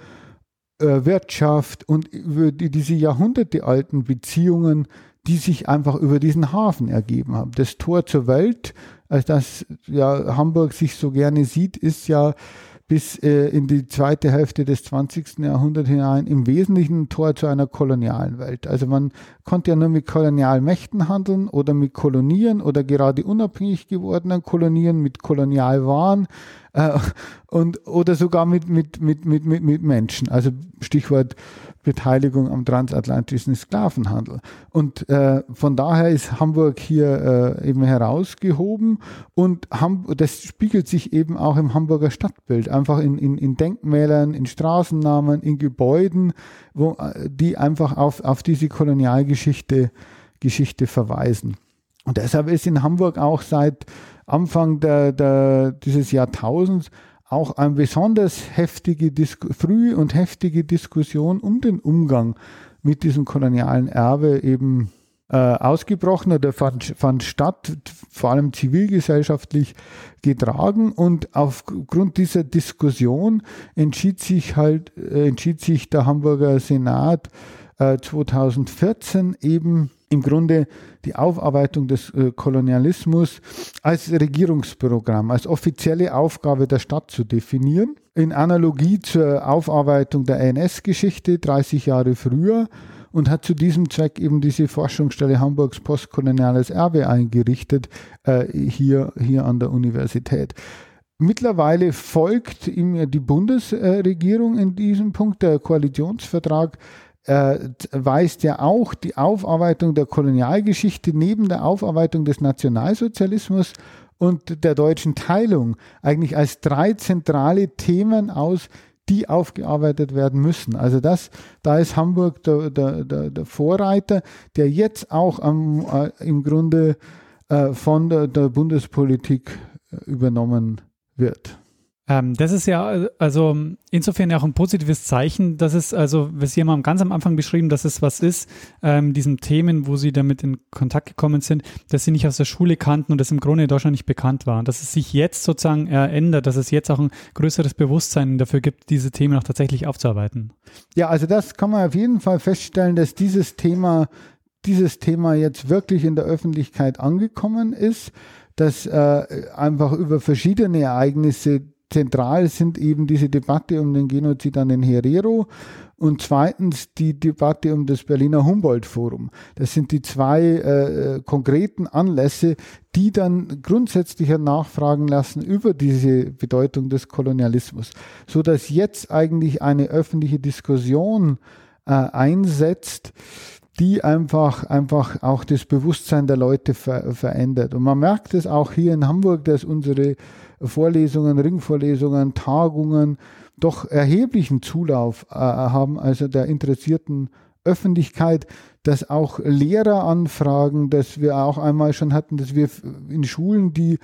äh, Wirtschaft und über die, diese jahrhundertealten Beziehungen, die sich einfach über diesen Hafen ergeben haben. Das Tor zur Welt, als das ja Hamburg sich so gerne sieht, ist ja bis äh, in die zweite Hälfte des zwanzigsten Jahrhunderts hinein im Wesentlichen ein Tor zu einer kolonialen Welt. Also man konnte ja nur mit Kolonialmächten handeln oder mit Kolonien oder gerade unabhängig gewordenen Kolonien, mit Kolonialwaren äh, und oder sogar mit, mit, mit, mit, mit, mit Menschen. Also Stichwort Beteiligung am transatlantischen Sklavenhandel. Und äh, von daher ist Hamburg hier äh, eben herausgehoben und Ham- das spiegelt sich eben auch im Hamburger Stadtbild, einfach in, in, in Denkmälern, in Straßennamen, in Gebäuden, wo, die einfach auf, auf diese Kolonialgeschichte Geschichte verweisen. Und deshalb ist in Hamburg auch seit Anfang der, der, dieses Jahrtausends auch eine besonders heftige, Disku- frühe und heftige Diskussion um den Umgang mit diesem kolonialen Erbe eben äh, ausgebrochen oder fand, fand statt, vor allem zivilgesellschaftlich getragen. Und aufgrund dieser Diskussion entschied sich halt, äh, entschied sich der Hamburger Senat äh, zweitausendvierzehn eben im Grunde die Aufarbeitung des äh, Kolonialismus als Regierungsprogramm, als offizielle Aufgabe der Stadt zu definieren, in Analogie zur Aufarbeitung der N S-Geschichte dreißig Jahre früher, und hat zu diesem Zweck eben diese Forschungsstelle Hamburgs postkoloniales Erbe eingerichtet, äh, hier, hier an der Universität. Mittlerweile folgt ihm die Bundesregierung in diesem Punkt. Der Koalitionsvertrag Äh, weist ja auch die Aufarbeitung der Kolonialgeschichte neben der Aufarbeitung des Nationalsozialismus und der deutschen Teilung eigentlich als drei zentrale Themen aus, die aufgearbeitet werden müssen. Also das, da ist Hamburg der, der, der, der Vorreiter, der jetzt auch am, äh, im Grunde äh, von der, der Bundespolitik übernommen wird. Ähm, das ist ja also insofern ja auch ein positives Zeichen, dass es, also Sie haben ganz am Anfang beschrieben, dass es was ist, ähm, diesen Themen, wo Sie damit in Kontakt gekommen sind, dass Sie nicht aus der Schule kannten und das im Grunde in Deutschland nicht bekannt war. Dass es sich jetzt sozusagen äh, ändert, dass es jetzt auch ein größeres Bewusstsein dafür gibt, diese Themen auch tatsächlich aufzuarbeiten. Ja, also das kann man auf jeden Fall feststellen, dass dieses Thema, dieses Thema jetzt wirklich in der Öffentlichkeit angekommen ist, dass äh, einfach über verschiedene Ereignisse zentral sind eben diese Debatte um den Genozid an den Herero und zweitens die Debatte um das Berliner Humboldt-Forum. Das sind die zwei äh, konkreten Anlässe, die dann grundsätzlicher nachfragen lassen über diese Bedeutung des Kolonialismus, sodass jetzt eigentlich eine öffentliche Diskussion äh, einsetzt, die einfach, einfach auch das Bewusstsein der Leute ver- verändert. Und man merkt es auch hier in Hamburg, dass unsere Vorlesungen, Ringvorlesungen, Tagungen doch erheblichen Zulauf äh, haben, also der interessierten Öffentlichkeit, dass auch Lehrer anfragen, dass wir auch einmal schon hatten, dass wir in Schulen, die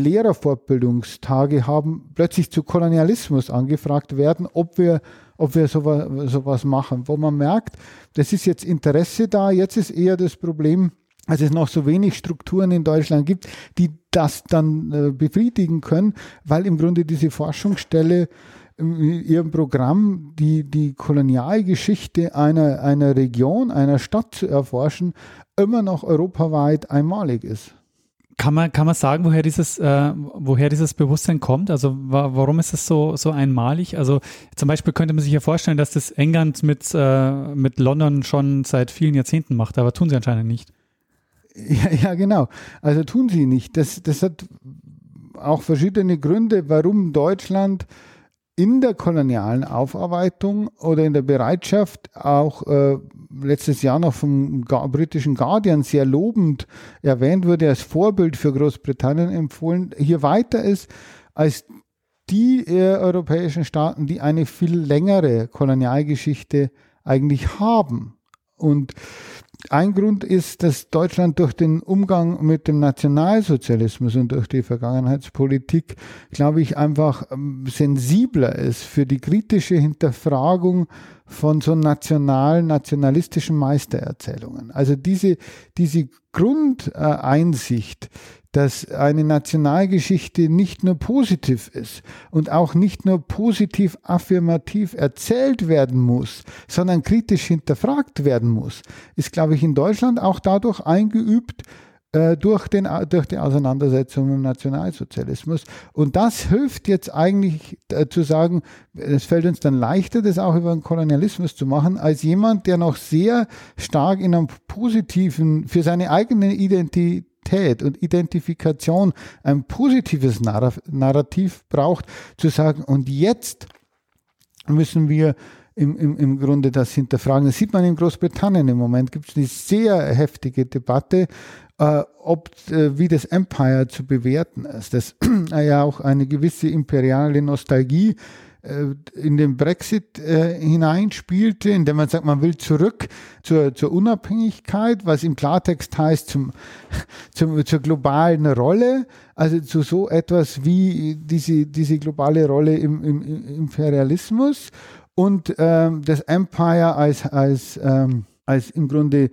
Lehrerfortbildungstage haben, plötzlich zu Kolonialismus angefragt werden, ob wir ob wir sowas, sowas machen, wo man merkt, das ist jetzt Interesse da, jetzt ist eher das Problem, dass es noch so wenig Strukturen in Deutschland gibt, die das dann äh, befriedigen können, weil im Grunde diese Forschungsstelle in ihrem Programm, die, die Kolonialgeschichte einer, einer Region, einer Stadt zu erforschen, immer noch europaweit einmalig ist. Kann man, kann man sagen, woher dieses, äh, woher dieses Bewusstsein kommt? Also wa warum ist es so, so einmalig? Also zum Beispiel könnte man sich ja vorstellen, dass das England mit, äh, mit London schon seit vielen Jahrzehnten macht, aber tun sie anscheinend nicht. Ja, ja, genau. Also tun sie nicht. Das, das hat auch verschiedene Gründe, warum Deutschland in der kolonialen Aufarbeitung oder in der Bereitschaft auch äh, letztes Jahr noch vom Ga- britischen Guardian sehr lobend erwähnt wurde, als Vorbild für Großbritannien empfohlen, hier weiter ist als die äh, europäischen Staaten, die eine viel längere Kolonialgeschichte eigentlich haben. Und ein Grund ist, dass Deutschland durch den Umgang mit dem Nationalsozialismus und durch die Vergangenheitspolitik, glaube ich, einfach sensibler ist für die kritische Hinterfragung von so nationalen, nationalistischen Meistererzählungen. Also diese, diese Grundeinsicht, dass eine Nationalgeschichte nicht nur positiv ist und auch nicht nur positiv affirmativ erzählt werden muss, sondern kritisch hinterfragt werden muss, ist, glaube ich, in Deutschland auch dadurch eingeübt, äh, durch, den, durch die Auseinandersetzung mit dem Nationalsozialismus. Und das hilft jetzt eigentlich äh, zu sagen, es fällt uns dann leichter, das auch über den Kolonialismus zu machen, als jemand, der noch sehr stark in einem positiven, für seine eigene Identität und Identifikation ein positives Narrativ braucht, zu sagen, und jetzt müssen wir im, im, im Grunde das hinterfragen. Das sieht man in Großbritannien im Moment, gibt es eine sehr heftige Debatte, äh, ob äh, wie das Empire zu bewerten ist. Das ja auch eine gewisse imperiale Nostalgie in den Brexit äh, hineinspielte, indem man sagt, man will zurück zur, zur Unabhängigkeit, was im Klartext heißt zum, zum, zur globalen Rolle, also zu so etwas wie diese, diese globale Rolle im, im, im Imperialismus und ähm, das Empire als, als, ähm, als im Grunde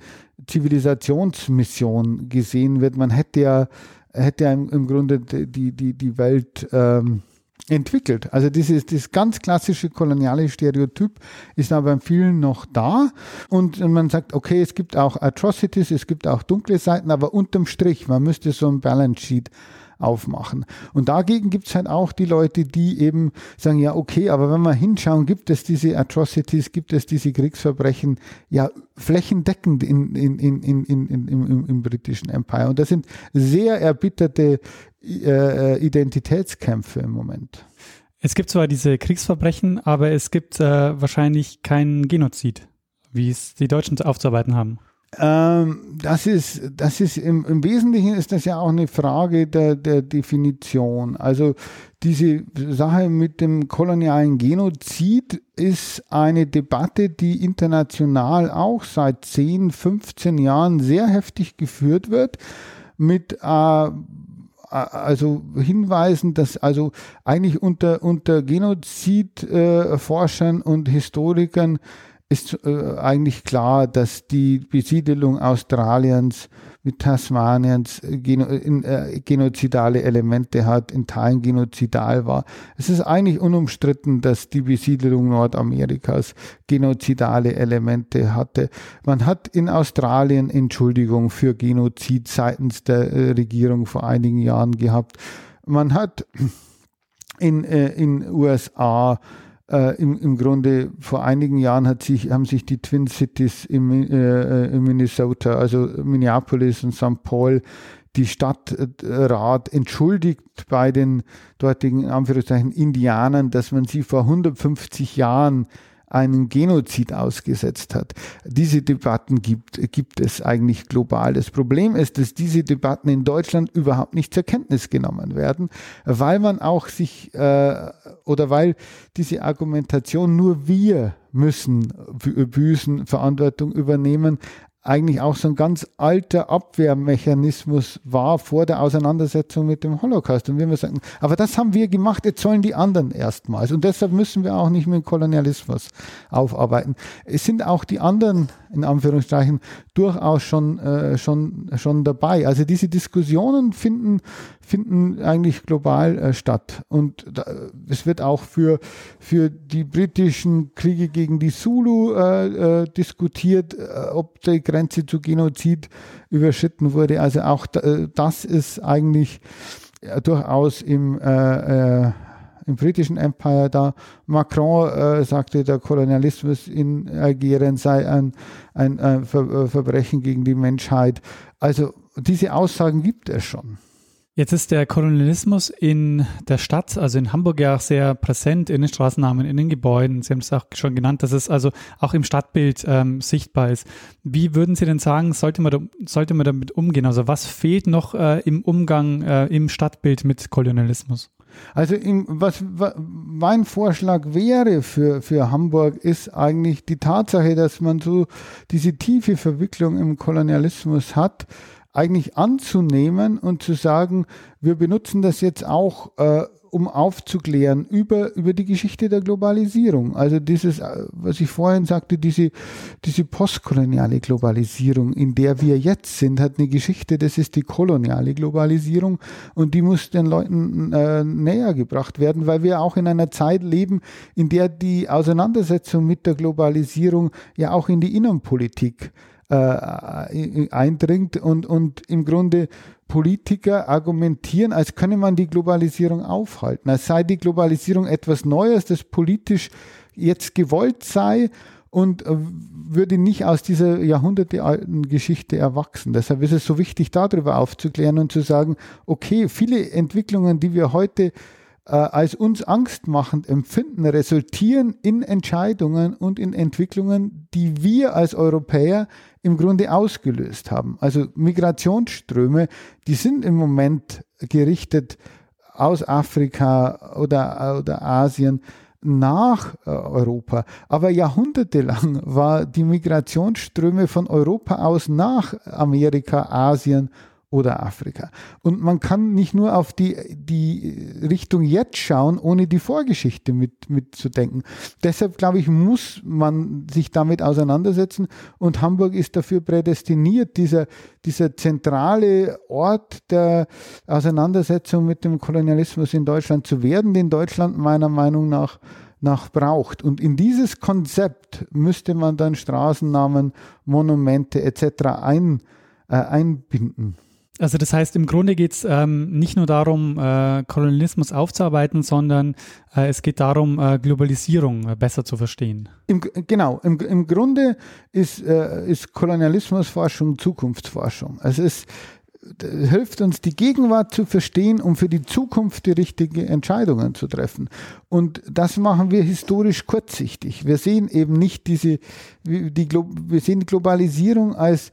Zivilisationsmission gesehen wird. Man hätte ja, hätte ja im, im Grunde die, die, die Welt ähm, entwickelt. Also dieses, dieses ganz klassische koloniale Stereotyp ist aber in vielen noch da und man sagt, okay, es gibt auch Atrocities, es gibt auch dunkle Seiten, aber unterm Strich, man müsste so ein Balance Sheet aufmachen. Und dagegen gibt es halt auch die Leute, die eben sagen, ja okay, aber wenn wir hinschauen, gibt es diese Atrocities, gibt es diese Kriegsverbrechen ja flächendeckend in, in, in, in, in, in, im, im britischen Empire. Und das sind sehr erbitterte äh, Identitätskämpfe im Moment. Es gibt zwar diese Kriegsverbrechen, aber es gibt äh, wahrscheinlich keinen Genozid, wie es die Deutschen aufzuarbeiten haben. Ähm, das ist, das ist im, im Wesentlichen ist das ja auch eine Frage der, der Definition. Also diese Sache mit dem kolonialen Genozid ist eine Debatte, die international auch seit zehn, fünfzehn Jahren sehr heftig geführt wird, mit äh, also Hinweisen, dass also eigentlich unter, unter Genozidforschern äh, und Historikern ist äh, eigentlich klar, dass die Besiedelung Australiens mit Tasmaniens geno in, äh, genozidale Elemente hat, in Teilen genozidal war. Es ist eigentlich unumstritten, dass die Besiedelung Nordamerikas genozidale Elemente hatte. Man hat in Australien Entschuldigung für Genozid seitens der äh, Regierung vor einigen Jahren gehabt. Man hat in äh, in U S A Äh, im, im Grunde vor einigen Jahren hat sich, haben sich die Twin Cities im, äh, in Minnesota, also Minneapolis und Sankt Paul, die Stadtrat entschuldigt bei den dortigen, in Anführungszeichen, Indianern, dass man sie vor hundertfünfzig Jahren einen Genozid ausgesetzt hat. Diese Debatten gibt, gibt es eigentlich global. Das Problem ist, dass diese Debatten in Deutschland überhaupt nicht zur Kenntnis genommen werden, weil man auch sich äh, oder weil diese Argumentation, nur wir müssen büßen, Verantwortung übernehmen, eigentlich auch so ein ganz alter Abwehrmechanismus war vor der Auseinandersetzung mit dem Holocaust. Und wir sagen, aber das haben wir gemacht, jetzt sollen die anderen erstmals. Und deshalb müssen wir auch nicht mit Kolonialismus aufarbeiten. Es sind auch die anderen, in Anführungszeichen, durchaus schon, äh, schon, schon dabei. Also diese Diskussionen finden, finden eigentlich global äh, statt. Und da, es wird auch für, für die britischen Kriege gegen die Zulu äh, äh, diskutiert, äh, ob die Grenze zu Genozid überschritten wurde. Also auch äh, das ist eigentlich äh, durchaus im, äh, äh, im britischen Empire da. Macron äh, sagte, der Kolonialismus in Algerien sei ein, ein, ein Ver- Verbrechen gegen die Menschheit. Also diese Aussagen gibt es schon. Jetzt ist der Kolonialismus in der Stadt, also in Hamburg ja auch sehr präsent, in den Straßennamen, in den Gebäuden. Sie haben es auch schon genannt, dass es also auch im Stadtbild ähm, sichtbar ist. Wie würden Sie denn sagen, sollte man, da, sollte man damit umgehen? Also was fehlt noch äh, im Umgang äh, im Stadtbild mit Kolonialismus? Also im, was, was mein Vorschlag wäre für, für Hamburg, ist eigentlich die Tatsache, dass man so diese tiefe Verwicklung im Kolonialismus hat, eigentlich anzunehmen und zu sagen, wir benutzen das jetzt auch, äh, um aufzuklären über, über die Geschichte der Globalisierung. Also dieses, was ich vorhin sagte, diese, diese postkoloniale Globalisierung, in der wir jetzt sind, hat eine Geschichte, das ist die koloniale Globalisierung und die muss den Leuten äh, näher gebracht werden, weil wir auch in einer Zeit leben, in der die Auseinandersetzung mit der Globalisierung ja auch in die Innenpolitik Äh, eindringt und, und im Grunde Politiker argumentieren, als könne man die Globalisierung aufhalten, als sei die Globalisierung etwas Neues, das politisch jetzt gewollt sei und würde nicht aus dieser jahrhundertealten Geschichte erwachsen. Deshalb ist es so wichtig, darüber aufzuklären und zu sagen, okay, viele Entwicklungen, die wir heute äh, als uns angstmachend empfinden, resultieren in Entscheidungen und in Entwicklungen, die wir als Europäer im Grunde ausgelöst haben. Also Migrationsströme, die sind im Moment gerichtet aus Afrika oder, oder Asien nach äh, Europa. Aber jahrhundertelang war die Migrationsströme von Europa aus nach Amerika, Asien oder Afrika. Und man kann nicht nur auf die, die Richtung jetzt schauen, ohne die Vorgeschichte mit, mitzudenken. Deshalb, glaube ich, muss man sich damit auseinandersetzen und Hamburg ist dafür prädestiniert, dieser, dieser zentrale Ort der Auseinandersetzung mit dem Kolonialismus in Deutschland zu werden, den Deutschland meiner Meinung nach nach braucht. Und in dieses Konzept müsste man dann Straßennamen, Monumente et cetera ein, äh, einbinden. Also das heißt, im Grunde geht es ähm, nicht nur darum, äh, Kolonialismus aufzuarbeiten, sondern äh, es geht darum, äh, Globalisierung äh, besser zu verstehen. Im, genau, im, im Grunde ist, äh, ist Kolonialismusforschung Zukunftsforschung. Also es hilft uns, die Gegenwart zu verstehen, um für die Zukunft die richtigen Entscheidungen zu treffen. Und das machen wir historisch kurzsichtig. Wir sehen eben nicht diese, die, wir sehen die Globalisierung als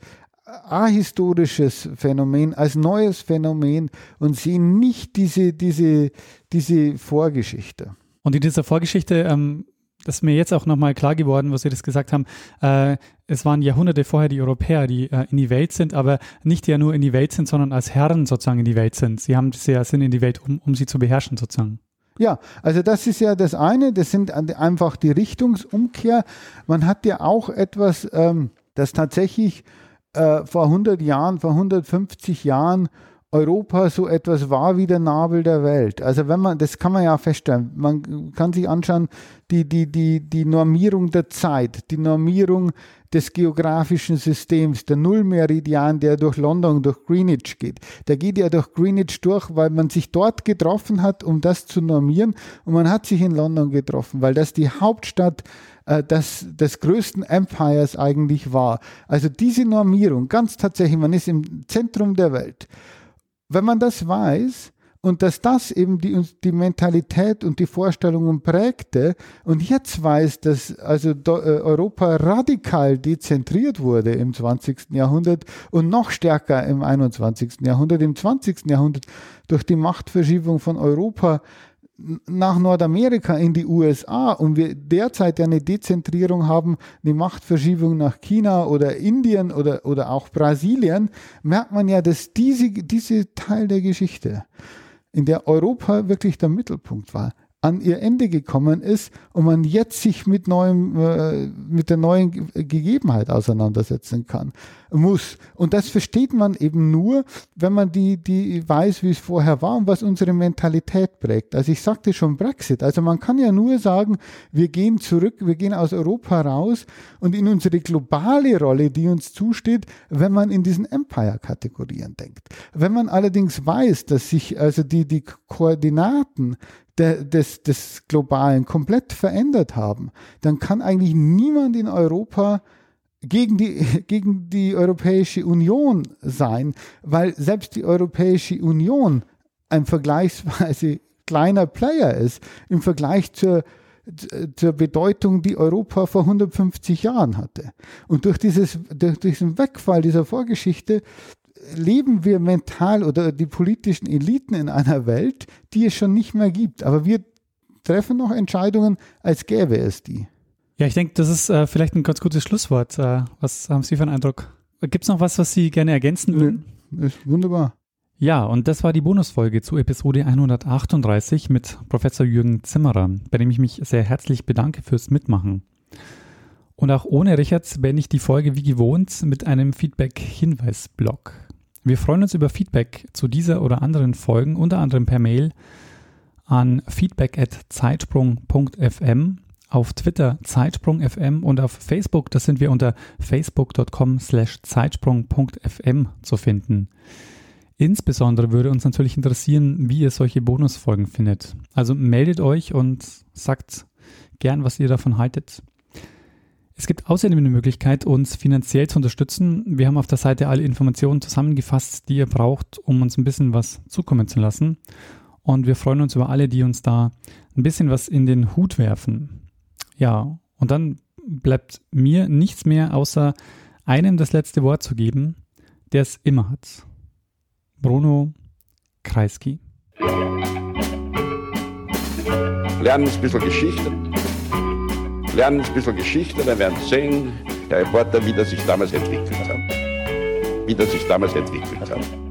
ahistorisches Phänomen, als neues Phänomen und sehen nicht diese, diese, diese Vorgeschichte. Und in dieser Vorgeschichte, ähm, das ist mir jetzt auch nochmal klar geworden, was Sie das gesagt haben, äh, es waren Jahrhunderte vorher die Europäer, die äh, in die Welt sind, aber nicht ja nur in die Welt sind, sondern als Herren sozusagen in die Welt sind. Sie haben ja sind in die Welt, um, um sie zu beherrschen sozusagen. Ja, also das ist ja das eine, das sind einfach die Richtungsumkehr. Man hat ja auch etwas, ähm, das tatsächlich äh, vor hundert Jahren, vor hundertfünfzig Jahren Europa so etwas war wie der Nabel der Welt. Also wenn man, das kann man ja feststellen, man kann sich anschauen, die, die, die, die Normierung der Zeit, die Normierung des geografischen Systems, der Nullmeridian, der durch London, durch Greenwich geht. Der geht ja durch Greenwich durch, weil man sich dort getroffen hat, um das zu normieren. Und man hat sich in London getroffen, weil das die Hauptstadt äh, des, des größten Empires eigentlich war. Also diese Normierung, ganz tatsächlich, man ist im Zentrum der Welt. Wenn man das weiß und dass das eben die, die Mentalität und die Vorstellungen prägte und jetzt weiß, dass also Europa radikal dezentriert wurde im zwanzigsten Jahrhundert und noch stärker im einundzwanzigsten Jahrhundert, im zwanzigsten Jahrhundert durch die Machtverschiebung von Europa nach Nordamerika in die U S A und wir derzeit ja eine Dezentrierung haben, eine Machtverschiebung nach China oder Indien oder, oder auch Brasilien, merkt man ja, dass diese, diese Teil der Geschichte, in der Europa wirklich der Mittelpunkt war, an ihr Ende gekommen ist und man jetzt sich mit neuem, äh, mit der neuen Gegebenheit auseinandersetzen kann, muss. Und das versteht man eben nur, wenn man die, die weiß, wie es vorher war und was unsere Mentalität prägt. Also ich sagte schon Brexit. Also man kann ja nur sagen, wir gehen zurück, wir gehen aus Europa raus und in unsere globale Rolle, die uns zusteht, wenn man in diesen Empire-Kategorien denkt. Wenn man allerdings weiß, dass sich also die, die Koordinaten Der, des, des Globalen komplett verändert haben, dann kann eigentlich niemand in Europa gegen die, gegen die Europäische Union sein, weil selbst die Europäische Union ein vergleichsweise kleiner Player ist im Vergleich zur, zur Bedeutung, die Europa vor hundertfünfzig Jahren hatte. Und durch, dieses, durch diesen Wegfall dieser Vorgeschichte leben wir mental oder die politischen Eliten in einer Welt, die es schon nicht mehr gibt. Aber wir treffen noch Entscheidungen, als gäbe es die. Ja, ich denke, das ist äh, vielleicht ein ganz gutes Schlusswort. Äh, was haben Sie für einen Eindruck? Gibt es noch was, was Sie gerne ergänzen würden? Ja, ist wunderbar. Ja, und das war die Bonusfolge zu Episode hundertachtunddreißig mit Professor Jürgen Zimmerer, bei dem ich mich sehr herzlich bedanke fürs Mitmachen. Und auch ohne Richard beende ich die Folge wie gewohnt mit einem Feedback-Hinweis-Blog. Wir freuen uns über Feedback zu dieser oder anderen Folgen, unter anderem per Mail an feedback at zeitsprung punkt f m, auf Twitter zeitsprung punkt f m und auf Facebook, das sind wir unter facebook dot com slash zeitsprung punkt f m zu finden. Insbesondere würde uns natürlich interessieren, wie ihr solche Bonusfolgen findet. Also meldet euch und sagt gern, was ihr davon haltet. Es gibt außerdem eine Möglichkeit, uns finanziell zu unterstützen. Wir haben auf der Seite alle Informationen zusammengefasst, die ihr braucht, um uns ein bisschen was zukommen zu lassen. Und wir freuen uns über alle, die uns da ein bisschen was in den Hut werfen. Ja, und dann bleibt mir nichts mehr, außer einem das letzte Wort zu geben, der es immer hat. Bruno Kreisky. Lernen ein bisschen Geschichte. Lernen ein bisschen Geschichte, dann werden Sie sehen, der Reporter, wie das sich damals entwickelt hat. Wie das sich damals entwickelt hat.